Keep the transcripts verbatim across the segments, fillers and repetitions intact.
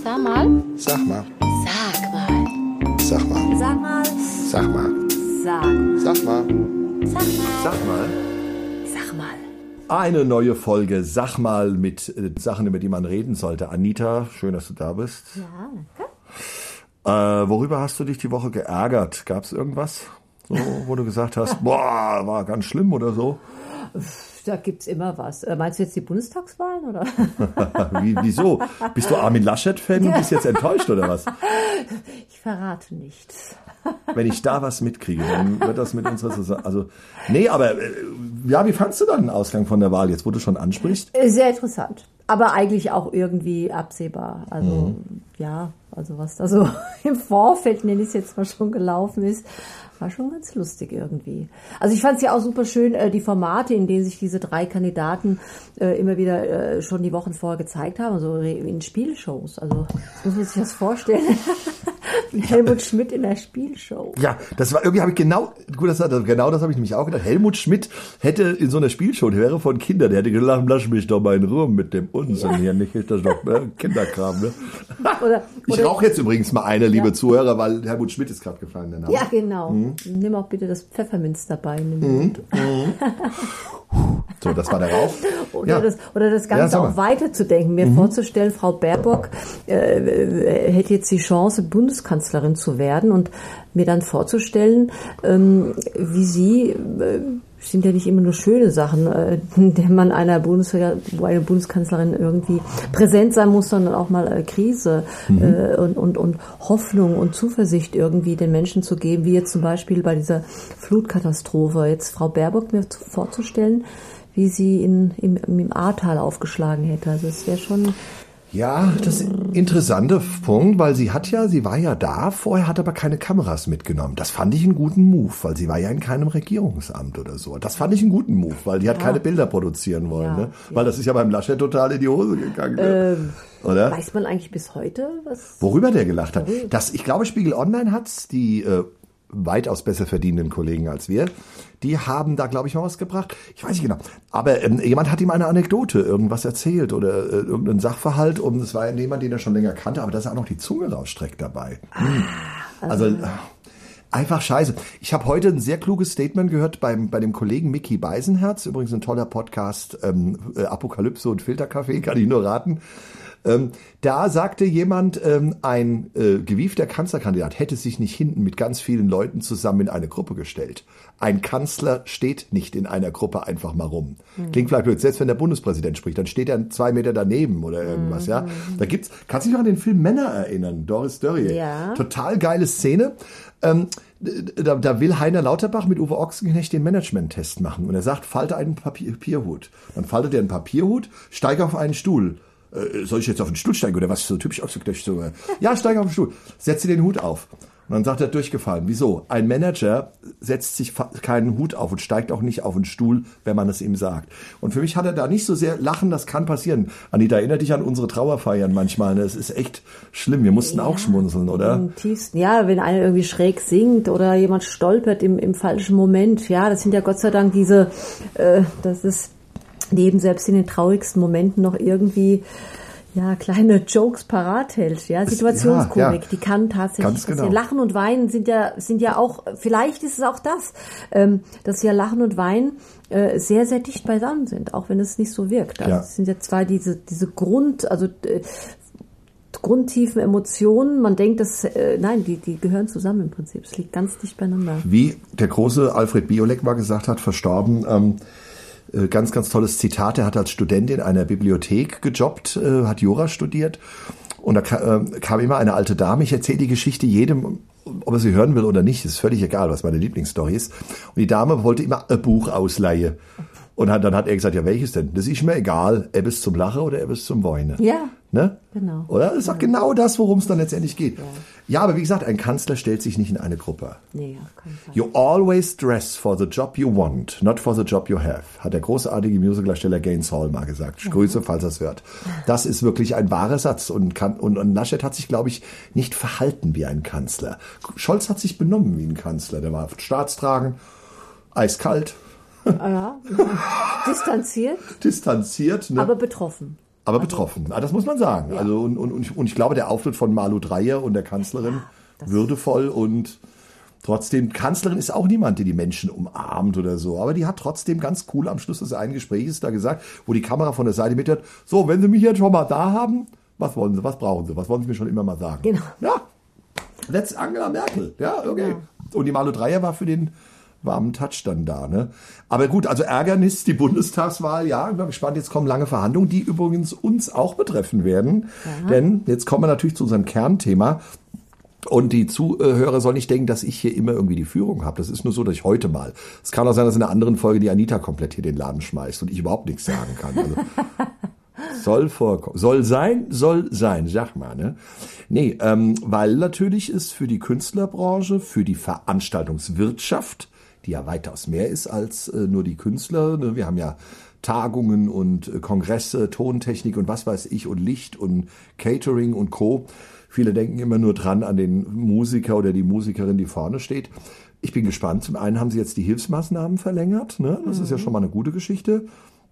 Sag mal. Sag mal. Sag mal. Sag mal. Sag mal. Sag mal. Sag. Sag mal. Sag mal. Sag mal. Sag mal. Eine neue Folge Sag mal mit äh, Sachen, über die man reden sollte. Anita, schön, dass du da bist. Ja, danke. Äh, worüber hast du dich die Woche geärgert? Gab es irgendwas, so, wo du gesagt hast, boah, war ganz schlimm oder so? Da gibt's immer was. Meinst du jetzt die Bundestagswahlen, oder? Wie, wieso? Bist du Armin Laschet-Fan und bist jetzt enttäuscht, oder was? Ich verrate nichts. Wenn ich da was mitkriege, dann wird das mit unserer Zusammen... Also, nee, aber, äh, ja, wie fandst du dann den Ausgang von der Wahl, jetzt wo du schon ansprichst? Sehr interessant. Aber eigentlich auch irgendwie absehbar. Also, mhm. ja, also was da so im Vorfeld, nenne ich es jetzt mal, schon gelaufen ist, war schon ganz lustig irgendwie. Also ich fand es ja auch super schön, äh, die Formate, in denen sich diese drei Kandidaten äh, immer wieder äh, schon die Wochen vorher gezeigt haben, so in Spielshows. Also das muss man sich das vorstellen. Helmut Schmidt in der Spielshow. Ja, das war irgendwie, habe ich genau, gut, das, genau das habe ich nämlich auch gedacht. Helmut Schmidt hätte in so einer Spielshow, der wäre von Kindern, der hätte gesagt, lass mich doch mal in Ruhe mit dem Unsinn ja. hier, nicht ist das doch ne? Kinderkram. Ne? Oder, ich oder, rauche jetzt übrigens mal eine, liebe ja. Zuhörer, weil Helmut Schmidt ist gerade gefallen. Der Name. Ja, genau. Mhm. Nimm auch bitte das Pfefferminz dabei. In den Mund. Mhm. So, das war der Rauch. Oder, ja. das, oder das Ganze ja, auch weiterzudenken, mir mhm. vorzustellen, Frau Baerbock äh, hätte jetzt die Chance, Bundeskanzlerin zu werden und mir dann vorzustellen, ähm, wie sie, äh, sind ja nicht immer nur schöne Sachen, äh, in denen man einer Bundes, wo eine Bundeskanzlerin irgendwie präsent sein muss, sondern auch mal äh, Krise mhm. äh, und, und, und Hoffnung und Zuversicht irgendwie den Menschen zu geben, wie jetzt zum Beispiel bei dieser Flutkatastrophe. Jetzt Frau Baerbock mir vorzustellen, wie sie in, im, im Ahrtal aufgeschlagen hätte. Also es wäre schon... Ja, das ist ein interessanter Punkt, weil sie hat ja, sie war ja da, vorher hat aber keine Kameras mitgenommen. Das fand ich einen guten Move, weil sie war ja in keinem Regierungsamt oder so. Das fand ich einen guten Move, weil die hat ja. keine Bilder produzieren wollen, ja, ne? Weil ja. das ist ja beim Laschet total in die Hose gegangen. Ne? Ähm, oder? Weiß man eigentlich bis heute, was... Worüber der gelacht hat? Das, ich glaube, Spiegel Online hat's, die... Äh, weitaus besser verdienenden Kollegen als wir, die haben da, glaube ich, mal was gebracht. Ich weiß nicht genau. Aber ähm, jemand hat ihm eine Anekdote, irgendwas erzählt oder äh, irgendeinen Sachverhalt. Und es war jemand, den er schon länger kannte, aber dass er auch noch die Zunge rausstreckt dabei. Hm. Also äh, einfach scheiße. Ich habe heute ein sehr kluges Statement gehört beim, bei dem Kollegen Micky Beisenherz. Übrigens ein toller Podcast, ähm, äh, Apokalypse und Filterkaffee, kann ich nur raten. Ähm, da sagte jemand, ähm, ein äh, gewiefter Kanzlerkandidat hätte sich nicht hinten mit ganz vielen Leuten zusammen in eine Gruppe gestellt. Ein Kanzler steht nicht in einer Gruppe einfach mal rum. Mhm. Klingt vielleicht blöd, selbst wenn der Bundespräsident spricht, dann steht er zwei Meter daneben oder irgendwas, mhm. ja. Da gibt's, kannst du dich noch an den Film Männer erinnern? Doris Dörrie. Ja. Total geile Szene. Ähm, da, da will Heiner Lauterbach mit Uwe Ochsenknecht den Management-Test machen. Und er sagt, falte einen Papier, Papierhut. Dann faltet er einen Papierhut, steig auf einen Stuhl. Soll ich jetzt auf den Stuhl steigen oder was? So typisch Ochsenknecht. So, ja, steig auf den Stuhl. Setze den Hut auf. Und dann sagt er, durchgefallen. Wieso? Ein Manager setzt sich keinen Hut auf und steigt auch nicht auf den Stuhl, wenn man es ihm sagt. Und für mich hat er da nicht so sehr lachen, das kann passieren. Anita, erinnere dich an unsere Trauerfeiern manchmal. Ne? Es ist echt schlimm. Wir mussten ja, auch schmunzeln, oder? Im tiefsten. Ja, wenn einer irgendwie schräg singt oder jemand stolpert im, im falschen Moment. Ja, das sind ja Gott sei Dank diese, äh, das ist neben selbst in den traurigsten Momenten noch irgendwie ja kleine Jokes parat hält, ja, Situationskomik, ja, ja. die kann tatsächlich Ganz genau. passieren. Lachen und Weinen sind ja sind ja auch, vielleicht ist es auch das, ähm, dass ja Lachen und Weinen äh, sehr sehr dicht beisammen sind, auch wenn es nicht so wirkt. Also ja. es sind ja zwar diese diese Grund, also äh, grundtiefen Emotionen, man denkt, dass äh, nein, die die gehören zusammen im Prinzip. Es liegt ganz dicht beieinander. Wie der große Alfred Biolek mal gesagt hat, verstorben. Ähm, Ganz, ganz tolles Zitat. Er hat als Student in einer Bibliothek gejobbt, hat Jura studiert und da kam immer eine alte Dame. Ich erzähle die Geschichte jedem, ob er sie hören will oder nicht, ist völlig egal, was meine Lieblingsstory ist. Und die Dame wollte immer ein Buch ausleihen. Und dann hat er gesagt, ja, welches denn? Das ist mir egal, etwas zum Lachen oder etwas zum Weinen. Ja, ne? Genau. Oder? Das ist ja. auch genau das, worum es dann letztendlich geht. Ja. ja, aber wie gesagt, ein Kanzler stellt sich nicht in eine Gruppe. Nee, auf keinen Fall. You always dress for the job you want, not for the job you have, hat der großartige Musicaldarsteller Gaines Hall mal gesagt. Ich grüße, falls er es hört. Das ist wirklich ein wahrer Satz. Und, kann, und, und Laschet hat sich, glaube ich, nicht verhalten wie ein Kanzler. Scholz hat sich benommen wie ein Kanzler. Der war staatstragend, eiskalt. Ja, distanziert. Distanziert, ne? Aber betroffen. aber betroffen. Ah, das muss man sagen. Ja. Also und, und, und, ich, und ich glaube, der Auftritt von Malu Dreyer und der Kanzlerin Ja, würdevoll und trotzdem, Kanzlerin ist auch niemand, der die Menschen umarmt oder so, aber die hat trotzdem ganz cool am Schluss des einen Gesprächs da gesagt, wo die Kamera von der Seite mit hat, so, wenn Sie mich jetzt schon mal da haben, was wollen Sie, was brauchen Sie, was wollen Sie mir schon immer mal sagen? Genau. Ja, that's Angela Merkel, ja, okay. Ja. Und die Malu Dreyer war für den warmen Touch dann da, ne? Aber gut, also Ärgernis, die Bundestagswahl, ja, ich bin gespannt, jetzt kommen lange Verhandlungen, die übrigens uns auch betreffen werden, ja. Denn jetzt kommen wir natürlich zu unserem Kernthema. Und die Zuhörer sollen nicht denken, dass ich hier immer irgendwie die Führung habe. Das ist nur so, dass ich heute mal. Es kann auch sein, dass in einer anderen Folge die Anita komplett hier den Laden schmeißt und ich überhaupt nichts sagen kann. Also, soll vorkommen. Soll sein, soll sein, sag mal, ne? Nee, ähm, weil natürlich ist für die Künstlerbranche, für die Veranstaltungswirtschaft, die ja weitaus mehr ist als äh, nur die Künstler, ne? Wir haben ja Tagungen und äh, Kongresse, Tontechnik und was weiß ich und Licht und Catering und Co. Viele denken immer nur dran an den Musiker oder die Musikerin, die vorne steht. Ich bin gespannt. Zum einen haben sie jetzt die Hilfsmaßnahmen verlängert. Ne? Das mhm. ist ja schon mal eine gute Geschichte.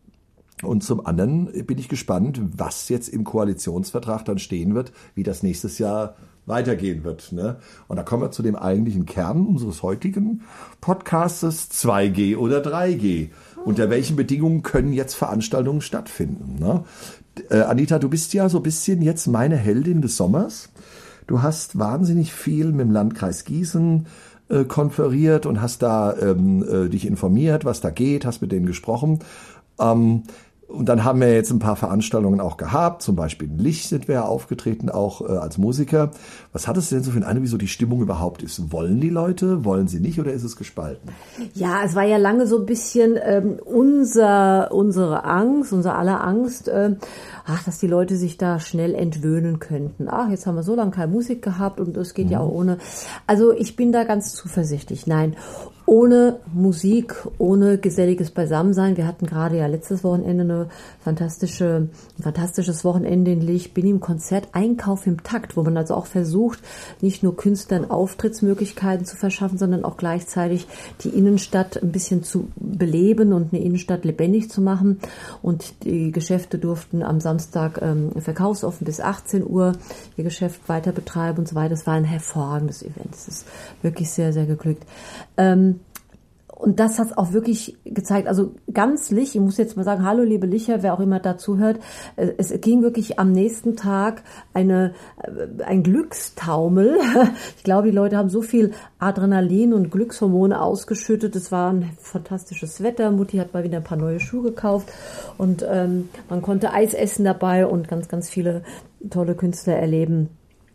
Und zum anderen bin ich gespannt, was jetzt im Koalitionsvertrag dann stehen wird, wie das nächstes Jahr weitergehen wird. Ne? Und da kommen wir zu dem eigentlichen Kern unseres heutigen Podcastes, zwei G oder drei G. Unter welchen Bedingungen können jetzt Veranstaltungen stattfinden? Ne? Äh, Anita, du bist ja so ein bisschen jetzt meine Heldin des Sommers. Du hast wahnsinnig viel mit dem Landkreis Gießen äh, konferiert und hast da ähm, äh, dich informiert, was da geht, hast mit denen gesprochen. Ähm, und dann haben wir jetzt ein paar Veranstaltungen auch gehabt, zum Beispiel in Licht sind wir ja aufgetreten, auch äh, als Musiker. Was hattest du denn so für einen Eindruck, wie so die Stimmung überhaupt ist? Wollen die Leute, wollen sie nicht oder ist es gespalten? Ja, es war ja lange so ein bisschen ähm, unser, unsere Angst, unser aller Angst, äh, ach, dass die Leute sich da schnell entwöhnen könnten. Ach, jetzt haben wir so lange keine Musik gehabt und es geht mhm. ja auch ohne. Also ich bin da ganz zuversichtlich. Nein, ohne Musik, ohne geselliges Beisammensein. Wir hatten gerade ja letztes Wochenende eine fantastische, ein fantastisches Wochenende in Licht, bin im Konzert Einkauf im Takt, wo man also auch versucht, nicht nur Künstlern Auftrittsmöglichkeiten zu verschaffen, sondern auch gleichzeitig die Innenstadt ein bisschen zu beleben und eine Innenstadt lebendig zu machen. Und die Geschäfte durften am Samstag ähm, verkaufsoffen bis achtzehn Uhr ihr Geschäft weiter betreiben und so weiter. Das war ein hervorragendes Event. Es ist wirklich sehr, sehr geglückt. Ähm, Und das hat es auch wirklich gezeigt. Also ganz Lich, ich muss jetzt mal sagen, hallo liebe Licher, wer auch immer dazu hört. Es ging wirklich am nächsten Tag eine, ein Glückstaumel. Ich glaube, die Leute haben so viel Adrenalin und Glückshormone ausgeschüttet. Es war ein fantastisches Wetter. Mutti hat mal wieder ein paar neue Schuhe gekauft. Und ähm, man konnte Eis essen dabei und ganz, ganz viele tolle Künstler erleben.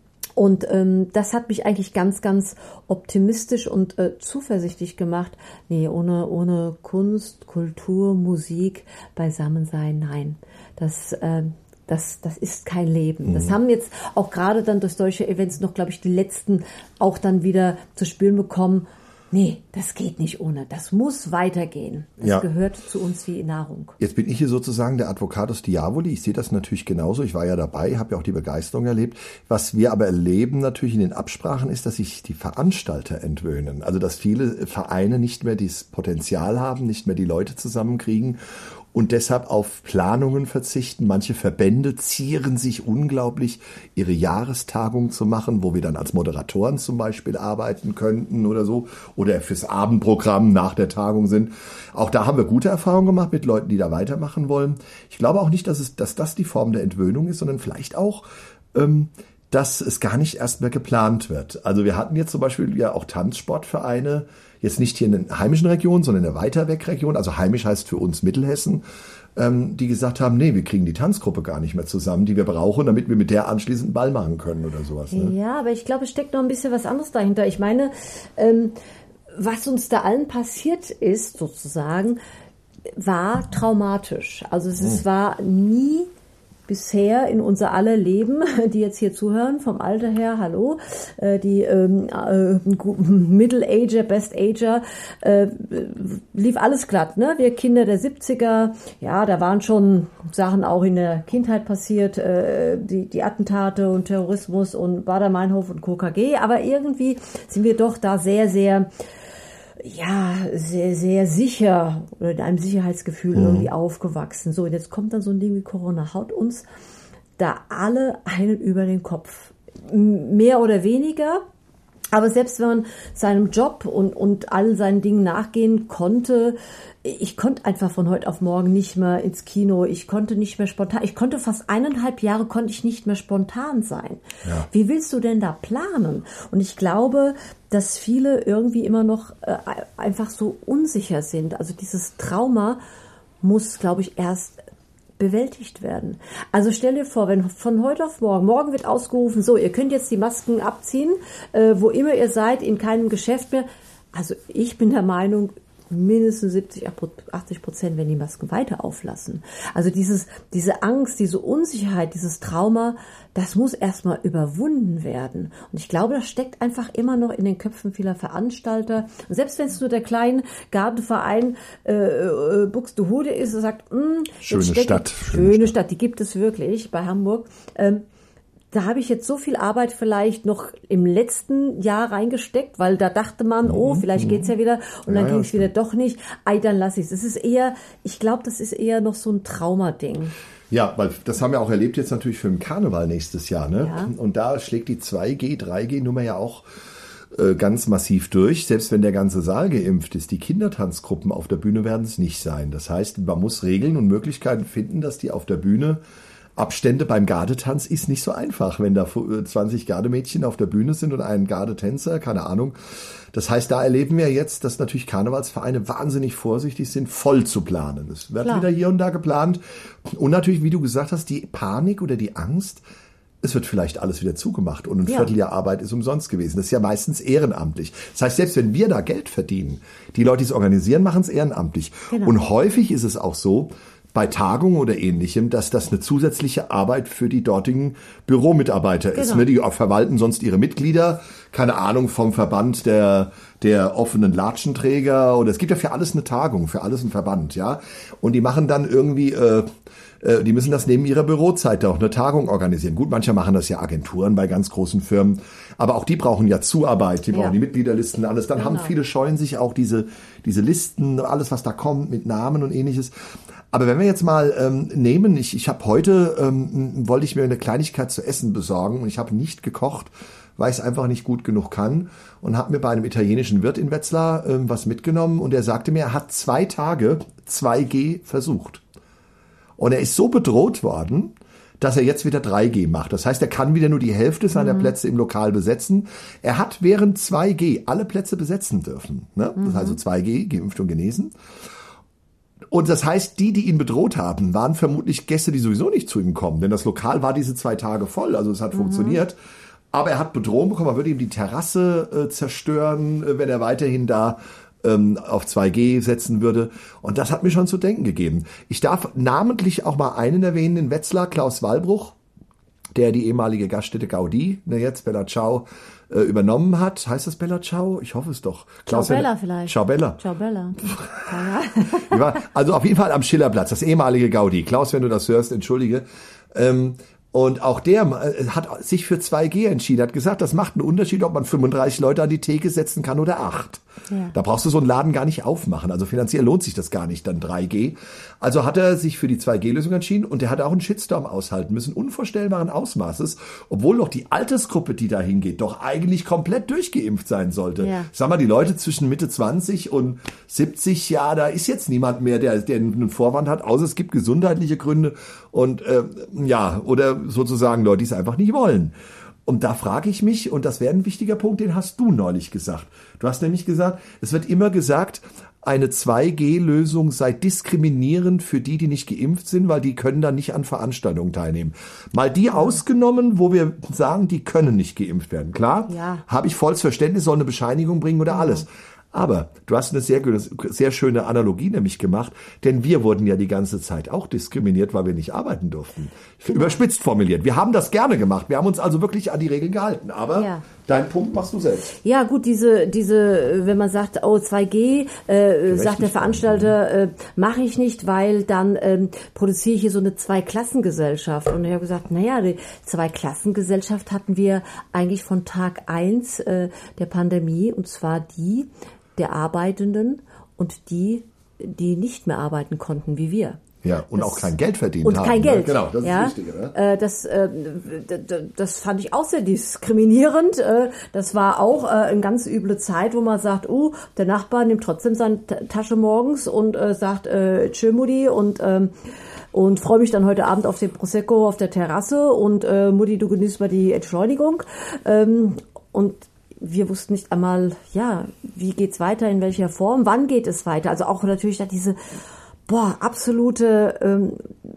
Und ähm, das hat mich eigentlich ganz, ganz optimistisch und äh, zuversichtlich gemacht. Nee, ohne, ohne Kunst, Kultur, Musik, Beisammensein, nein. Das, äh, das, das ist kein Leben. Mhm. Das haben jetzt auch gerade dann durch solche Events noch, glaube ich, die letzten auch dann wieder zu spüren bekommen. Nee, das geht nicht ohne. Das muss weitergehen. Das ja. gehört zu uns wie Nahrung. Jetzt bin ich hier sozusagen der Advocatus Diaboli. Ich sehe das natürlich genauso. Ich war ja dabei, habe ja auch die Begeisterung erlebt. Was wir aber erleben natürlich in den Absprachen ist, dass sich die Veranstalter entwöhnen. Also dass viele Vereine nicht mehr das Potenzial haben, nicht mehr die Leute zusammenkriegen und deshalb auf Planungen verzichten. Manche Verbände zieren sich unglaublich, ihre Jahrestagung zu machen, wo wir dann als Moderatoren zum Beispiel arbeiten könnten oder so, oder fürs Abendprogramm nach der Tagung sind. Auch da haben wir gute Erfahrungen gemacht mit Leuten, die da weitermachen wollen. Ich glaube auch nicht, dass es, dass das die Form der Entwöhnung ist, sondern vielleicht auch, ähm, dass es gar nicht erst mehr geplant wird. Also wir hatten jetzt zum Beispiel ja auch Tanzsportvereine, jetzt nicht hier in der heimischen Region, sondern in der Weiterweg-Region, also heimisch heißt für uns Mittelhessen, ähm, die gesagt haben, nee, wir kriegen die Tanzgruppe gar nicht mehr zusammen, die wir brauchen, damit wir mit der anschließend einen Ball machen können oder sowas. Ne? Ja, aber ich glaube, es steckt noch ein bisschen was anderes dahinter. Ich meine, ähm, was uns da allen passiert ist, sozusagen, war traumatisch. Also es ist, war nie bisher in unser aller Leben, die jetzt hier zuhören, vom Alter her, hallo, äh, die ähm, äh, Middle-Ager, Best-Ager, äh, lief alles glatt, ne? Wir Kinder der siebziger, ja, da waren schon Sachen auch in der Kindheit passiert, äh, die, die Attentate und Terrorismus und Baader-Meinhof und K K G, aber irgendwie sind wir doch da sehr, sehr ja, sehr, sehr sicher oder in einem Sicherheitsgefühl mhm. irgendwie aufgewachsen. So, und jetzt kommt dann so ein Ding wie Corona, haut uns da alle einen über den Kopf. Mehr oder weniger. Aber selbst wenn man seinem Job und, und all seinen Dingen nachgehen konnte, ich konnte einfach von heute auf morgen nicht mehr ins Kino, ich konnte nicht mehr spontan, ich konnte fast eineinhalb Jahre konnte ich nicht mehr spontan sein. Ja. Wie willst du denn da planen? Und ich glaube, dass viele irgendwie immer noch äh, einfach so unsicher sind. Also dieses Trauma muss, glaube ich, erst bewältigt werden. Also stell dir vor, wenn von heute auf morgen, morgen wird ausgerufen, so, ihr könnt jetzt die Masken abziehen, äh, wo immer ihr seid, in keinem Geschäft mehr. Also ich bin der Meinung, mindestens siebzig, achtzig Prozent werden die Masken weiter auflassen. Also dieses, diese Angst, diese Unsicherheit, dieses Trauma, das muss erstmal überwunden werden. Und ich glaube, das steckt einfach immer noch in den Köpfen vieler Veranstalter. Und selbst wenn es nur der kleine Gartenverein äh, äh, Buxtehude ist, der sagt, mh, schöne Stadt. Schöne, schöne Stadt, die gibt es wirklich bei Hamburg. Ähm, Da habe ich jetzt so viel Arbeit vielleicht noch im letzten Jahr reingesteckt, weil da dachte man, oh, vielleicht geht's ja wieder und dann ja, ging es ja, wieder doch nicht. Ei, dann lass ich's. Es ist eher, ich glaube, das ist eher noch so ein Traumading. Ja, weil das haben wir auch erlebt jetzt natürlich für den Karneval nächstes Jahr, ne? Ja. Und da schlägt die zwei G, drei G Nummer ja auch äh, ganz massiv durch. Selbst wenn der ganze Saal geimpft ist, die Kindertanzgruppen auf der Bühne werden es nicht sein. Das heißt, man muss Regeln und Möglichkeiten finden, dass die auf der Bühne Abstände beim Gardetanz ist nicht so einfach, wenn da zwanzig Gardemädchen auf der Bühne sind und ein Gardetänzer, keine Ahnung. Das heißt, da erleben wir jetzt, dass natürlich Karnevalsvereine wahnsinnig vorsichtig sind, voll zu planen. Es wird Klar. wieder hier und da geplant. Und natürlich, wie du gesagt hast, die Panik oder die Angst, es wird vielleicht alles wieder zugemacht und ein ja. Vierteljahr Arbeit ist umsonst gewesen. Das ist ja meistens ehrenamtlich. Das heißt, selbst wenn wir da Geld verdienen, die Leute, die es organisieren, machen es ehrenamtlich. Genau. Und häufig ist es auch so, bei Tagungen oder Ähnlichem, dass das eine zusätzliche Arbeit für die dortigen Büromitarbeiter genau. ist. Ne? Die verwalten sonst ihre Mitglieder, keine Ahnung, vom Verband der der offenen Latschenträger oder es gibt ja für alles eine Tagung, für alles ein Verband, ja. Und die machen dann irgendwie, äh, äh, die müssen das neben ihrer Bürozeit auch eine Tagung organisieren. Gut, manche machen das ja Agenturen bei ganz großen Firmen, aber auch die brauchen ja Zuarbeit, die brauchen ja. die Mitgliederlisten, alles. Dann genau. haben viele scheuen sich auch diese diese Listen, alles was da kommt mit Namen und Ähnliches. Aber wenn wir jetzt mal ähm, nehmen, ich, ich habe heute, ähm, wollte ich mir eine Kleinigkeit zu essen besorgen und ich habe nicht gekocht, weil ich es einfach nicht gut genug kann und habe mir bei einem italienischen Wirt in Wetzlar ähm, was mitgenommen und er sagte mir, er hat zwei Tage zwei G versucht. Und er ist so bedroht worden, dass er jetzt wieder drei G macht. Das heißt, er kann wieder nur die Hälfte seiner mhm. Plätze im Lokal besetzen. Er hat während zwei G alle Plätze besetzen dürfen. Ne? Mhm. Das heißt also zwei G, geimpft und genesen. Und das heißt, die, die ihn bedroht haben, waren vermutlich Gäste, die sowieso nicht zu ihm kommen. Denn das Lokal war diese zwei Tage voll, also es hat mhm. funktioniert. Aber er hat Bedrohung bekommen, man würde ihm die Terrasse äh, zerstören, äh, wenn er weiterhin da ähm, auf zwei G setzen würde. Und das hat mir schon zu denken gegeben. Ich darf namentlich auch mal einen erwähnen in Wetzlar, Klaus Wallbruch, der die ehemalige Gaststätte Gaudi, ne, jetzt Bella Ciao, äh, übernommen hat. Heißt das Bella Ciao? Ich hoffe es doch. Klaus Ciao Bella vielleicht. Ciao Bella. Ciao Bella. Ja, also auf jeden Fall am Schillerplatz, das ehemalige Gaudi. Klaus, wenn du das hörst, entschuldige. Ähm, Und auch der hat sich für zwei G entschieden, hat gesagt, das macht einen Unterschied, ob man fünfunddreißig Leute an die Theke setzen kann oder acht. Ja. Da brauchst du so einen Laden gar nicht aufmachen. Also finanziell lohnt sich das gar nicht, dann drei G. Also hat er sich für die zwei G Lösung entschieden und der hat auch einen Shitstorm aushalten müssen, unvorstellbaren Ausmaßes, obwohl doch die Altersgruppe, die da hingeht, doch eigentlich komplett durchgeimpft sein sollte. Ja. Sag mal, die Leute zwischen Mitte zwanzig und siebzig, ja, da ist jetzt niemand mehr, der, der einen Vorwand hat, außer es gibt gesundheitliche Gründe und äh, ja, oder sozusagen Leute, die es einfach nicht wollen. Und da frage ich mich, und das wäre ein wichtiger Punkt, den hast du neulich gesagt. Du hast nämlich gesagt, es wird immer gesagt, eine zwei G Lösung sei diskriminierend für die, die nicht geimpft sind, weil die können dann nicht an Veranstaltungen teilnehmen. Mal die ausgenommen, wo wir sagen, die können nicht geimpft werden. Klar, ja. Habe ich volles Verständnis, soll eine Bescheinigung bringen oder ja. alles. Aber du hast eine sehr, sehr schöne Analogie nämlich gemacht, denn wir wurden ja die ganze Zeit auch diskriminiert, weil wir nicht arbeiten durften. Genau. Überspitzt formuliert. Wir haben das gerne gemacht. Wir haben uns also wirklich an die Regeln gehalten. Aber ja. Deinen Punkt machst du selbst. Ja, gut, diese, diese, wenn man sagt, oh, zwei G, äh, sagt der Veranstalter, äh, mache ich nicht, weil dann ähm, produziere ich hier so eine Zweiklassengesellschaft. Und ich habe gesagt, naja, die Zweiklassengesellschaft hatten wir eigentlich von Tag eins äh, der Pandemie, und zwar die, der Arbeitenden und die, die nicht mehr arbeiten konnten, wie wir. Ja, und das, auch kein Geld verdient und haben. Und kein Geld. Ne? Genau, das ja, ist wichtig. Ne? Äh, das, äh, das fand ich auch sehr diskriminierend. Äh, das war auch äh, eine ganz üble Zeit, wo man sagt, uh, der Nachbar nimmt trotzdem seine Tasche morgens und äh, sagt, äh, tschö Mutti und ähm, und freue mich dann heute Abend auf den Prosecco auf der Terrasse und äh, Mutti, du genießt mal die Entschleunigung. Ähm, und wir wussten nicht einmal, ja, wie geht's weiter, in welcher Form, wann geht es weiter. Also auch natürlich da diese Boah, absolute, ähm,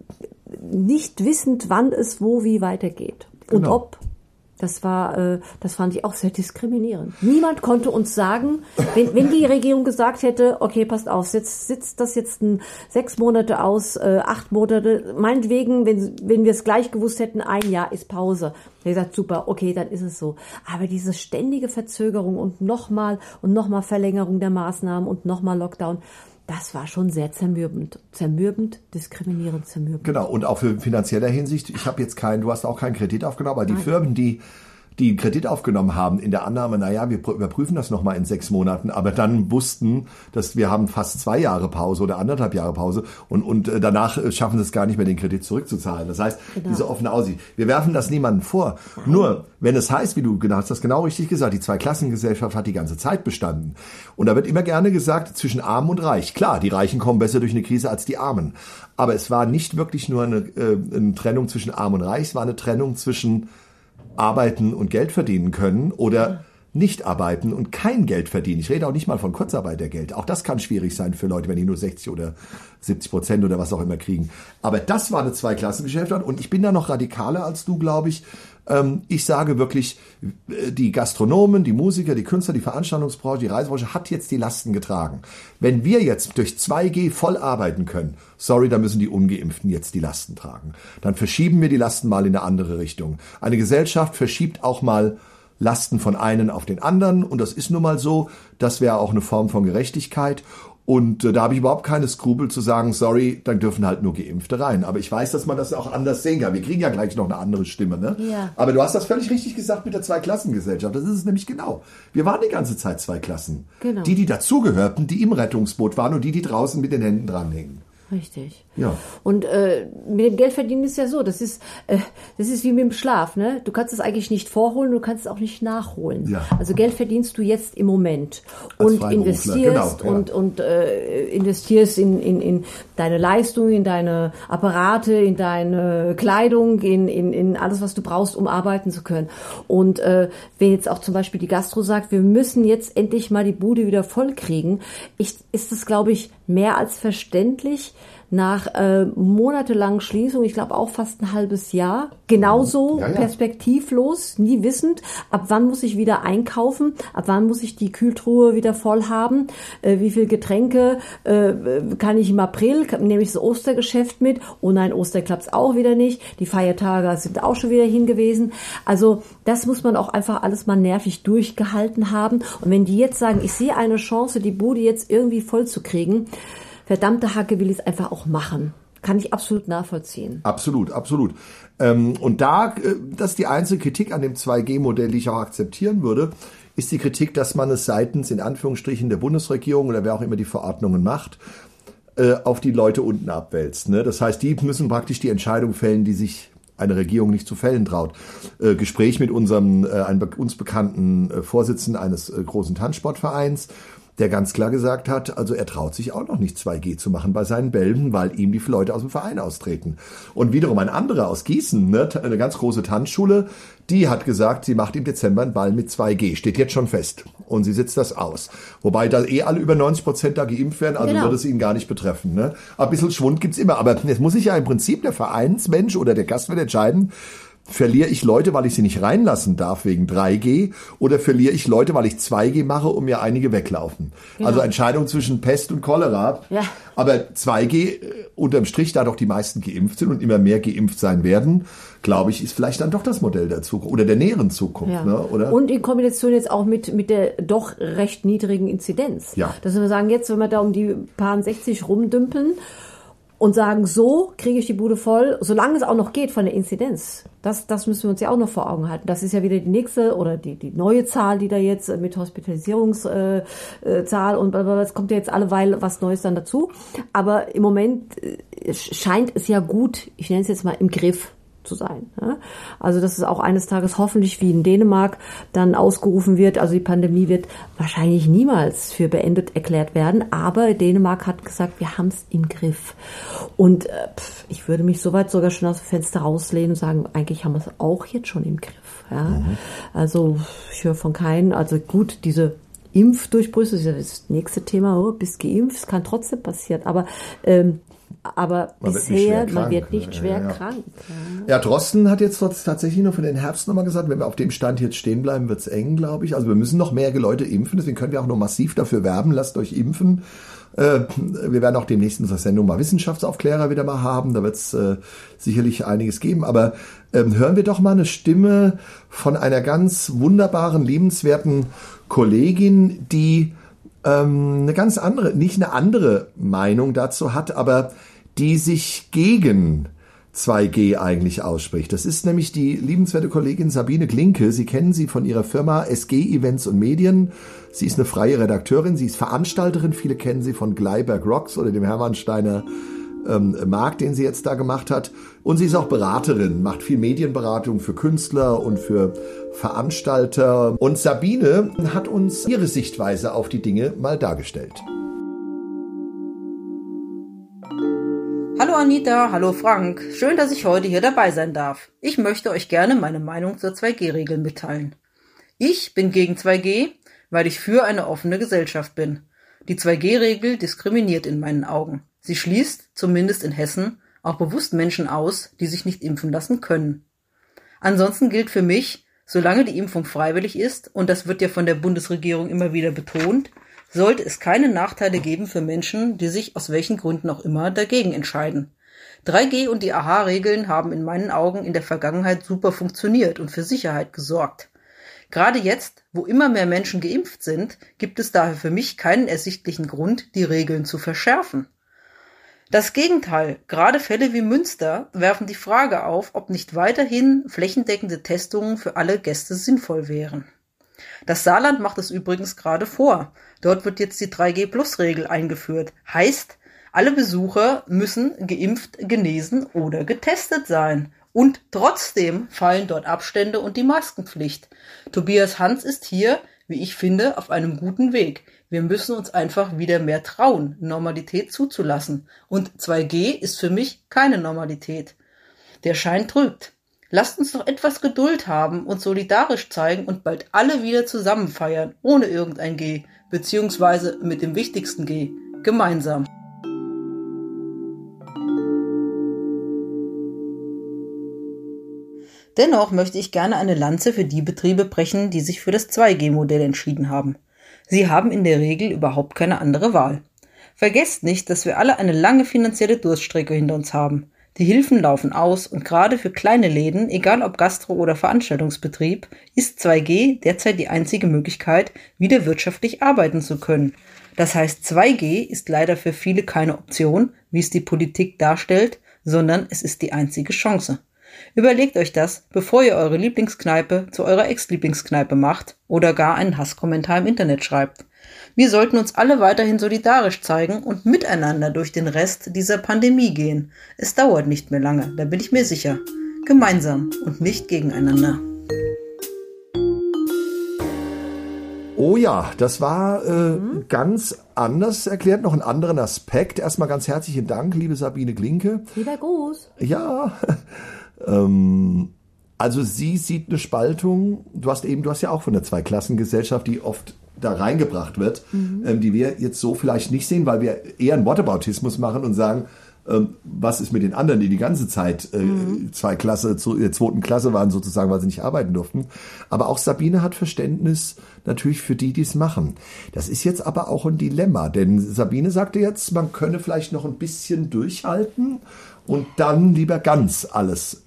nicht wissend, wann es wo wie weitergeht. Und Genau. ob. Das war, äh, das fand ich auch sehr diskriminierend. Niemand konnte uns sagen, wenn, wenn die Regierung gesagt hätte, okay, passt auf, sitzt, sitzt das jetzt ein, sechs Monate aus, äh, acht Monate, meinetwegen, wenn, wenn wir es gleich gewusst hätten, ein Jahr ist Pause. Er sagt, super, okay, dann ist es so. Aber diese ständige Verzögerung und nochmal und nochmal Verlängerung der Maßnahmen und nochmal Lockdown, das war schon sehr zermürbend. Zermürbend, diskriminierend, zermürbend. Genau, und auch für finanzieller Hinsicht. Ich habe jetzt keinen, du hast auch keinen Kredit aufgenommen, aber die Nein. Firmen, die die einen Kredit aufgenommen haben, in der Annahme, naja, wir überprüfen das nochmal in sechs Monaten, aber dann wussten, dass wir haben fast zwei Jahre Pause oder anderthalb Jahre Pause und, und danach schaffen sie es gar nicht mehr, den Kredit zurückzuzahlen. Das heißt, genau. diese offene Aussicht. Wir werfen das niemandem vor. Nein. Nur, wenn es heißt, wie du hast das genau richtig gesagt, die Zweiklassengesellschaft hat die ganze Zeit bestanden. Und da wird immer gerne gesagt, zwischen Arm und Reich. Klar, die Reichen kommen besser durch eine Krise als die Armen. Aber es war nicht wirklich nur eine, äh, eine Trennung zwischen Arm und Reich, es war eine Trennung zwischen arbeiten und Geld verdienen können oder nicht arbeiten und kein Geld verdienen. Ich rede auch nicht mal von Kurzarbeitergeld. Auch das kann schwierig sein für Leute, wenn die nur sechzig oder siebzig Prozent oder was auch immer kriegen. Aber das war eine Zweiklassengesellschaft und ich bin da noch radikaler als du, glaube ich. Ich sage wirklich, die Gastronomen, die Musiker, die Künstler, die Veranstaltungsbranche, die Reisebranche hat jetzt die Lasten getragen. Wenn wir jetzt durch zwei G voll arbeiten können, sorry, dann müssen die Ungeimpften jetzt die Lasten tragen. Dann verschieben wir die Lasten mal in eine andere Richtung. Eine Gesellschaft verschiebt auch mal Lasten von einen auf den anderen und das ist nun mal so. Das wäre auch eine Form von Gerechtigkeit. Und äh, da habe ich überhaupt keine Skrupel zu sagen, sorry, dann dürfen halt nur Geimpfte rein. Aber ich weiß, dass man das auch anders sehen kann. Wir kriegen ja gleich noch eine andere Stimme. Ne? Ja. Aber du hast das völlig richtig gesagt mit der Zweiklassengesellschaft. Das ist es nämlich genau. Wir waren die ganze Zeit zwei Klassen. Genau. Die, die dazugehörten, die im Rettungsboot waren und die, die draußen mit den Händen dranhängen. Richtig. Ja. Und äh, mit dem Geldverdienen ist ja so, das ist äh, das ist wie mit dem Schlaf, ne? Du kannst es eigentlich nicht vorholen, du kannst es auch nicht nachholen. Ja. Also Geld verdienst du jetzt im Moment Als und Freiberufler, investierst genau, ja. und und äh, investierst in, in in deine Leistung, in deine Apparate, in deine Kleidung, in in in alles, was du brauchst, um arbeiten zu können. Und äh, wenn jetzt auch zum Beispiel die Gastro sagt, wir müssen jetzt endlich mal die Bude wieder voll kriegen, ich, ist das, glaube ich, mehr als verständlich. Nach äh, monatelangen Schließung, ich glaube auch fast ein halbes Jahr, genauso ja, ja. perspektivlos, nie wissend, ab wann muss ich wieder einkaufen, ab wann muss ich die Kühltruhe wieder voll haben, äh, wie viel Getränke äh, kann ich im April, nehme ich das Ostergeschäft mit, oh nein, Oster klappt's auch wieder nicht, die Feiertage sind auch schon wieder hingewiesen. Also das muss man auch einfach alles mal nervig durchgehalten haben. Und wenn die jetzt sagen, ich sehe eine Chance, die Bude jetzt irgendwie voll zu kriegen, verdammte Hacke, will ich es einfach auch machen. Kann ich absolut nachvollziehen. Absolut, absolut. Ähm, und da, äh, das ist die einzige Kritik an dem zwei G Modell, die ich auch akzeptieren würde, ist die Kritik, dass man es seitens, in Anführungsstrichen, der Bundesregierung oder wer auch immer die Verordnungen macht, äh, auf die Leute unten abwälzt. Ne? Das heißt, die müssen praktisch die Entscheidung fällen, die sich eine Regierung nicht zu fällen traut. Äh, Gespräch mit unserem, äh, einem uns bekannten äh, Vorsitzenden eines äh, großen Tanzsportvereins, der ganz klar gesagt hat, also er traut sich auch noch nicht zwei G zu machen bei seinen Bällen, weil ihm die Leute aus dem Verein austreten. Und wiederum ein anderer aus Gießen, ne, eine ganz große Tanzschule, die hat gesagt, sie macht im Dezember einen Ball mit zwei G. Steht jetzt schon fest. Und sie sitzt das aus. Wobei da eh alle über neunzig Prozent da geimpft werden, also genau. würde es ihn gar nicht betreffen. Ne? Aber ein bisschen Schwund gibt's immer. Aber jetzt muss sich ja im Prinzip der Vereinsmensch oder der Gastwirt entscheiden, verliere ich Leute, weil ich sie nicht reinlassen darf wegen drei G oder verliere ich Leute, weil ich zwei G mache und mir einige weglaufen? Genau. Also Entscheidung zwischen Pest und Cholera. Ja. Aber zwei G, äh, unterm Strich, da doch die meisten geimpft sind und immer mehr geimpft sein werden, glaube ich, ist vielleicht dann doch das Modell der Zukunft oder der näheren Zukunft. Ja. Ne, oder? Und in Kombination jetzt auch mit mit der doch recht niedrigen Inzidenz. Ja. Dass wir sagen, jetzt, wenn wir da um die paar sechzig rumdümpeln, und sagen, so kriege ich die Bude voll, solange es auch noch geht von der Inzidenz. Das, das müssen wir uns ja auch noch vor Augen halten. Das ist ja wieder die nächste oder die, die neue Zahl, die da jetzt mit Hospitalisierungszahl äh, und es kommt ja jetzt alleweil was Neues dann dazu. Aber im Moment äh, scheint es ja gut, ich nenne es jetzt mal im Griff zu sein. Ja? Also dass es auch eines Tages hoffentlich wie in Dänemark dann ausgerufen wird, also die Pandemie wird wahrscheinlich niemals für beendet erklärt werden, aber Dänemark hat gesagt, wir haben es im Griff. Und äh, pf, ich würde mich soweit sogar schon aus dem Fenster rauslehnen und sagen, eigentlich haben wir es auch jetzt schon im Griff. Ja? Mhm. Also ich höre von keinen, also gut, diese Impfdurchbrüche, das ist das nächste Thema, oh, bist geimpft, es kann trotzdem passieren, aber ähm, Aber man bisher, wird man wird nicht ja, schwer ja, ja. krank. Ja, Drosten hat jetzt tatsächlich nur für den Herbst nochmal gesagt, wenn wir auf dem Stand jetzt stehen bleiben, wird's eng, glaube ich. Also wir müssen noch mehr Leute impfen, deswegen können wir auch noch massiv dafür werben, lasst euch impfen. Äh, wir werden auch demnächst in unserer Sendung mal Wissenschaftsaufklärer wieder mal haben, da wird's äh, sicherlich einiges geben. Aber ähm, hören wir doch mal eine Stimme von einer ganz wunderbaren, liebenswerten Kollegin, die ähm, eine ganz andere, nicht eine andere Meinung dazu hat, aber die sich gegen zwei G eigentlich ausspricht. Das ist nämlich die liebenswerte Kollegin Sabine Glinke. Sie kennen sie von ihrer Firma S G Events und Medien. Sie ist eine freie Redakteurin, sie ist Veranstalterin. Viele kennen sie von Gleiberg Rocks oder dem Hermannsteiner ähm, Markt, den sie jetzt da gemacht hat. Und sie ist auch Beraterin, macht viel Medienberatung für Künstler und für Veranstalter. Und Sabine hat uns ihre Sichtweise auf die Dinge mal dargestellt. Hallo Anita, hallo Frank. Schön, dass ich heute hier dabei sein darf. Ich möchte euch gerne meine Meinung zur zwei G Regel mitteilen. Ich bin gegen zwei G, weil ich für eine offene Gesellschaft bin. Die zwei G Regel diskriminiert in meinen Augen. Sie schließt, zumindest in Hessen, auch bewusst Menschen aus, die sich nicht impfen lassen können. Ansonsten gilt für mich, solange die Impfung freiwillig ist, und das wird ja von der Bundesregierung immer wieder betont, sollte es keine Nachteile geben für Menschen, die sich aus welchen Gründen auch immer dagegen entscheiden. drei G und die A H Regeln haben in meinen Augen in der Vergangenheit super funktioniert und für Sicherheit gesorgt. Gerade jetzt, wo immer mehr Menschen geimpft sind, gibt es daher für mich keinen ersichtlichen Grund, die Regeln zu verschärfen. Das Gegenteil, gerade Fälle wie Münster werfen die Frage auf, ob nicht weiterhin flächendeckende Testungen für alle Gäste sinnvoll wären. Das Saarland macht es übrigens gerade vor. Dort wird jetzt die drei G Plus Regel eingeführt. Heißt, alle Besucher müssen geimpft, genesen oder getestet sein. Und trotzdem fallen dort Abstände und die Maskenpflicht. Tobias Hans ist hier, wie ich finde, auf einem guten Weg. Wir müssen uns einfach wieder mehr trauen, Normalität zuzulassen. Und zwei G ist für mich keine Normalität. Der Schein trügt. Lasst uns doch etwas Geduld haben und solidarisch zeigen und bald alle wieder zusammen feiern, ohne irgendein G, beziehungsweise mit dem wichtigsten G, gemeinsam. Dennoch möchte ich gerne eine Lanze für die Betriebe brechen, die sich für das zwei G Modell entschieden haben. Sie haben in der Regel überhaupt keine andere Wahl. Vergesst nicht, dass wir alle eine lange finanzielle Durststrecke hinter uns haben. Die Hilfen laufen aus und gerade für kleine Läden, egal ob Gastro- oder Veranstaltungsbetrieb, ist zwei G derzeit die einzige Möglichkeit, wieder wirtschaftlich arbeiten zu können. Das heißt, zwei G ist leider für viele keine Option, wie es die Politik darstellt, sondern es ist die einzige Chance. Überlegt euch das, bevor ihr eure Lieblingskneipe zu eurer Ex-Lieblingskneipe macht oder gar einen Hasskommentar im Internet schreibt. Wir sollten uns alle weiterhin solidarisch zeigen und miteinander durch den Rest dieser Pandemie gehen. Es dauert nicht mehr lange, da bin ich mir sicher. Gemeinsam und nicht gegeneinander. Oh ja, das war äh, mhm. ganz anders erklärt, noch einen anderen Aspekt. Erstmal ganz herzlichen Dank, liebe Sabine Glinke. Lieber Gruß. Ja, ähm, also sie sieht eine Spaltung. Du hast eben, du hast ja auch von der Zweiklassengesellschaft, die oft da reingebracht wird, mhm. ähm, die wir jetzt so vielleicht nicht sehen, weil wir eher einen Whataboutismus machen und sagen, ähm, was ist mit den anderen, die die ganze Zeit äh, mhm. zwei Klasse, zu der zweiten Klasse waren sozusagen, weil sie nicht arbeiten durften. Aber auch Sabine hat Verständnis natürlich für die, die es machen. Das ist jetzt aber auch ein Dilemma, denn Sabine sagte jetzt, man könne vielleicht noch ein bisschen durchhalten und dann lieber ganz alles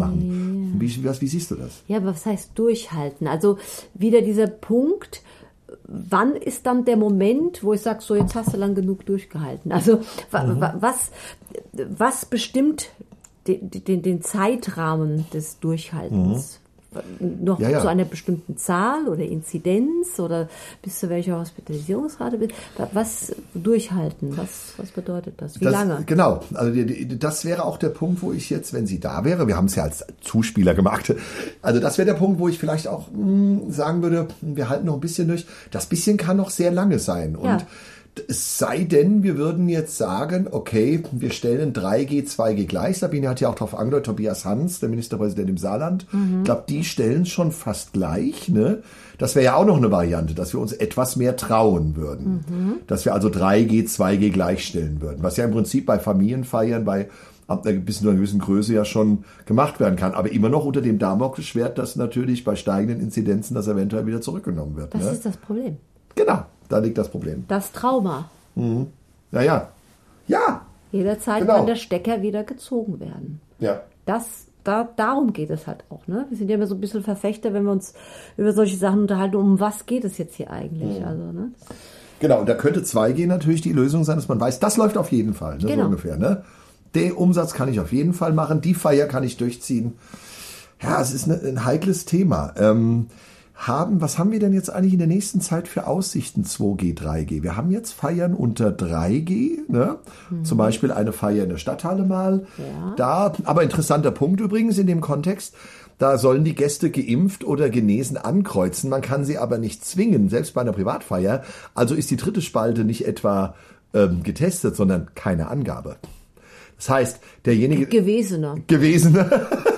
aufmachen. Ja. Wie, was, wie siehst du das? Ja, aber was heißt durchhalten? Also wieder dieser Punkt, wann ist dann der Moment, wo ich sage, so jetzt hast du lang genug durchgehalten? Also wa, Mhm. wa, was, was bestimmt den, den, den Zeitrahmen des Durchhaltens? Noch Ja, ja. zu einer bestimmten Zahl oder Inzidenz oder bis zu welcher Hospitalisierungsrate? Was durchhalten? Was, was bedeutet das? Wie das, lange? Genau, also die, die, das wäre auch der Punkt, wo ich jetzt, wenn sie da wäre, wir haben es ja als Zuspieler gemacht, also das wäre der Punkt, wo ich vielleicht auch mh, sagen würde, wir halten noch ein bisschen durch. Das bisschen kann noch sehr lange sein. Und Ja. es sei denn, wir würden jetzt sagen, okay, wir stellen drei G, zwei G gleich. Sabine hat ja auch darauf angedeutet, Tobias Hans, der Ministerpräsident im Saarland. Mhm. Ich glaube, die stellen es schon fast gleich. Ne? Das wäre ja auch noch eine Variante, dass wir uns etwas mehr trauen würden. Mhm. Dass wir also drei G, zwei G gleichstellen würden. Was ja im Prinzip bei Familienfeiern, bei ab einer, bis zu einer gewissen Größe ja schon gemacht werden kann. Aber immer noch unter dem Damoklesschwert, dass natürlich bei steigenden Inzidenzen das eventuell wieder zurückgenommen wird. Das Ne? ist das Problem. Genau, da liegt das Problem. Das Trauma. Naja, ja, Jederzeit Genau. kann der Stecker wieder gezogen werden. ja. Das, da, darum geht es halt auch. Ne? Wir sind ja immer so ein bisschen Verfechter, wenn wir uns über solche Sachen unterhalten. Um was geht es jetzt hier eigentlich? Also, ne? Genau, und da könnte zwei G natürlich die Lösung sein, dass man weiß, das läuft auf jeden Fall, ne, Genau. so ungefähr. Ne? Den Umsatz kann ich auf jeden Fall machen, die Feier kann ich durchziehen. Ja, es ist eine, ein heikles Thema. Ähm, haben, was haben wir denn jetzt eigentlich in der nächsten Zeit für Aussichten zwei G, drei G? Wir haben jetzt Feiern unter drei G, ne? Zum Beispiel eine Feier in der Stadthalle mal. Ja. Da, aber interessanter Punkt übrigens in dem Kontext, da sollen die Gäste geimpft oder genesen ankreuzen. Man kann sie aber nicht zwingen, selbst bei einer Privatfeier. Also ist die dritte Spalte nicht etwa ähm, getestet, sondern keine Angabe. Das heißt, derjenige... Gewesene. Gewesene...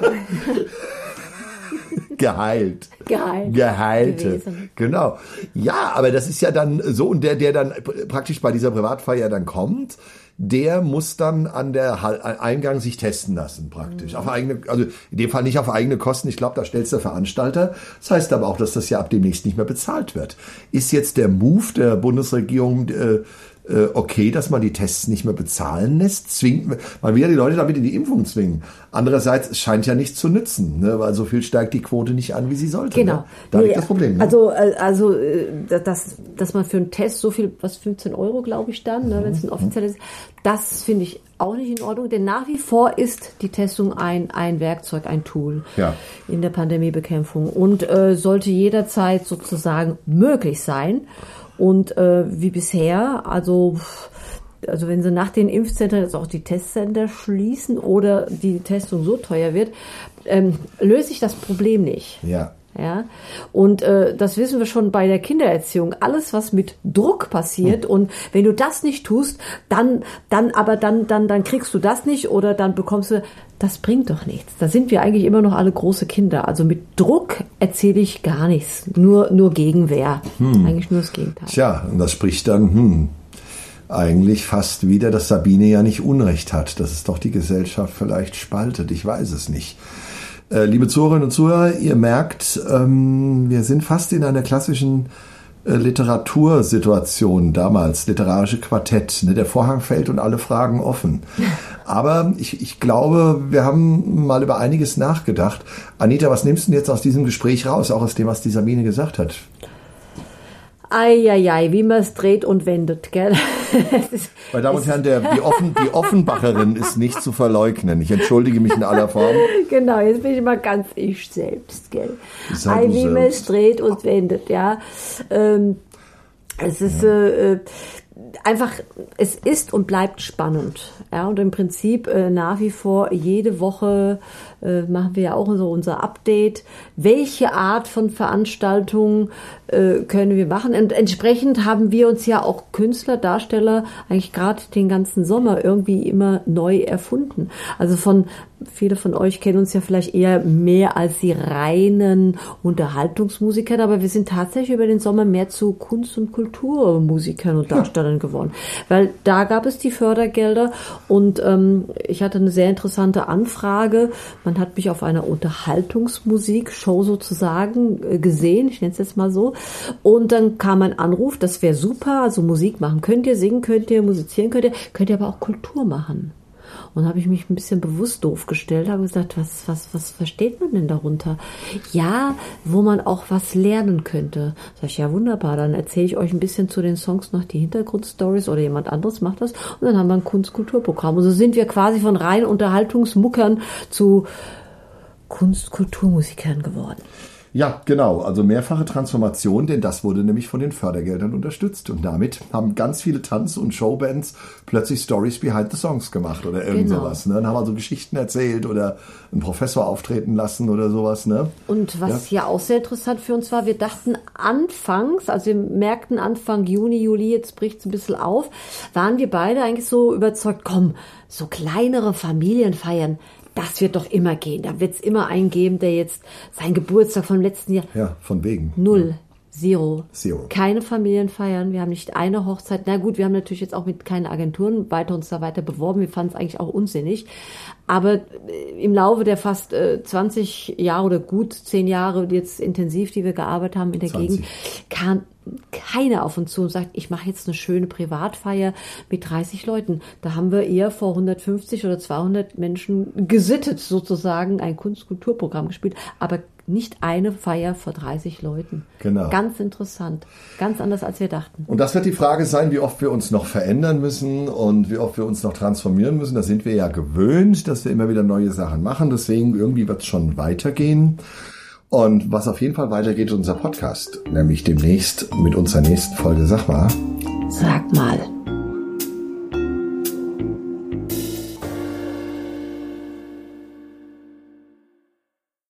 Geheilt. Geheilt. Geheilte. Gewesen. Genau. Ja, aber das ist ja dann so, und der, der dann praktisch bei dieser Privatfeier dann kommt, der muss dann an der Hall- Eingang sich testen lassen, praktisch. Mhm. Auf eigene, also in dem Fall nicht auf eigene Kosten. Ich glaube, da stellt der Veranstalter. Das heißt aber auch, dass das ja ab demnächst nicht mehr bezahlt wird. Ist jetzt der Move der Bundesregierung äh, äh, okay, dass man die Tests nicht mehr bezahlen lässt? Zwingt man will ja die Leute damit in die Impfung zwingen. Andererseits, es scheint ja nicht zu nützen, ne? Weil so viel steigt die Quote nicht an, wie sie sollte. Genau. Ne? Da Nee, liegt das Problem. Ne? Also, äh, also äh, dass, dass man für einen Test so viel, was fünfzehn Euro, glaube ich dann, ne, wenn es ein offizieller ist, das finde ich auch nicht in Ordnung, denn nach wie vor ist die Testung ein, ein Werkzeug, ein Tool Ja. in der Pandemiebekämpfung und äh, sollte jederzeit sozusagen möglich sein. Und äh, wie bisher, also also wenn sie nach den Impfzentren jetzt auch die Testcenter schließen oder die Testung so teuer wird, ähm, löse ich das Problem nicht. Ja. Ja, und äh, das wissen wir schon bei der Kindererziehung. Alles, was mit Druck passiert, Hm. und wenn du das nicht tust, dann, dann, aber dann, dann, dann kriegst du das nicht oder dann bekommst du, das bringt doch nichts. Da sind wir eigentlich immer noch alle große Kinder. Also mit Druck erzähle ich gar nichts. Nur, nur Gegenwehr. Eigentlich nur das Gegenteil. Tja, und das spricht dann, hm, eigentlich fast wieder, dass Sabine ja nicht Unrecht hat, dass es doch die Gesellschaft vielleicht spaltet. Ich weiß es nicht. Äh, liebe Zuhörerinnen und Zuhörer, ihr merkt, ähm, wir sind fast in einer klassischen äh, Literatursituation damals, literarische Quartett. Ne? Der Vorhang fällt und alle Fragen offen. Aber ich, ich glaube, wir haben mal über einiges nachgedacht. Anita, was nimmst du denn jetzt aus diesem Gespräch raus, auch aus dem, was die Sabine gesagt hat? Eieiei, wie man es dreht und wendet, gell? Es ist- Meine Damen und Herren, der, die, Offen, die Offenbacherin ist nicht zu verleugnen. Ich entschuldige mich in aller Form. Genau, jetzt bin ich mal ganz ich selbst, gell? Sei Ei, du wie man es selbst. dreht und wendet, ja. Ähm, es ist äh, äh, einfach, es ist und bleibt spannend. Ja, und im Prinzip äh, nach wie vor jede Woche äh, machen wir ja auch so unser Update. Welche Art von Veranstaltungen äh, können wir machen? Und entsprechend haben wir uns ja auch Künstler, Darsteller eigentlich gerade den ganzen Sommer irgendwie immer neu erfunden. Also von viele von euch kennen uns ja vielleicht eher mehr als die reinen Unterhaltungsmusiker, aber wir sind tatsächlich über den Sommer mehr zu Kunst- und Kulturmusikern und Darstellern geworden. Weil da gab es die Fördergelder und ähm, ich hatte eine sehr interessante Anfrage. Man hat mich auf einer Unterhaltungsmusik-Show sozusagen äh, gesehen, ich nenne es jetzt mal so. Und dann kam ein Anruf, das wäre super, also Musik machen könnt ihr, singen könnt ihr, musizieren könnt ihr, könnt ihr aber auch Kultur machen. Und habe ich mich ein bisschen bewusst doof gestellt, habe gesagt, was, was, was versteht man denn darunter? Ja, wo man auch was lernen könnte. Sag ich, ja wunderbar, dann erzähle ich euch ein bisschen zu den Songs noch die Hintergrundstories oder jemand anderes macht das. Und dann haben wir ein Kunstkulturprogramm. Und so sind wir quasi von rein Unterhaltungsmuckern zu Kunstkulturmusikern geworden. Ja, genau. Also mehrfache Transformation, denn das wurde nämlich von den Fördergeldern unterstützt. Und damit haben ganz viele Tanz- und Showbands plötzlich Stories behind the Songs gemacht oder irgend Genau. sowas. Ne? Dann haben wir so Geschichten erzählt oder einen Professor auftreten lassen oder sowas. Ne? Und was ja. ja auch sehr interessant für uns war, wir dachten anfangs, also wir merkten Anfang Juni, Juli, jetzt bricht es ein bisschen auf, waren wir beide eigentlich so überzeugt, komm, so kleinere Familienfeiern, das wird doch immer gehen. Da wird es immer einen geben, der jetzt seinen Geburtstag vom letzten Jahr... Ja, von wegen. Null. Zero. Zero. Keine Familienfeiern. Wir haben nicht eine Hochzeit. Na gut, wir haben natürlich jetzt auch mit keinen Agenturen weiter uns da weiter beworben. Wir fanden es eigentlich auch unsinnig. Aber im Laufe der fast äh, zwanzig Jahre oder gut zehn Jahre jetzt intensiv, die wir gearbeitet haben in der zwanzig. Gegend, kam keiner auf uns zu und sagt, ich mache jetzt eine schöne Privatfeier mit dreißig Leuten. Da haben wir eher vor hundertfünfzig oder zweihundert Menschen gesittet sozusagen ein Kunstkulturprogramm gespielt, aber nicht eine Feier vor dreißig Leuten. Genau. Ganz interessant. Ganz anders, als wir dachten. Und das wird die Frage sein, wie oft wir uns noch verändern müssen und wie oft wir uns noch transformieren müssen. Da sind wir ja gewöhnt, dass wir immer wieder neue Sachen machen. Deswegen irgendwie wird es schon weitergehen. Und was auf jeden Fall weitergeht, ist unser Podcast. Nämlich demnächst mit unserer nächsten Folge. Sag mal. Sag mal.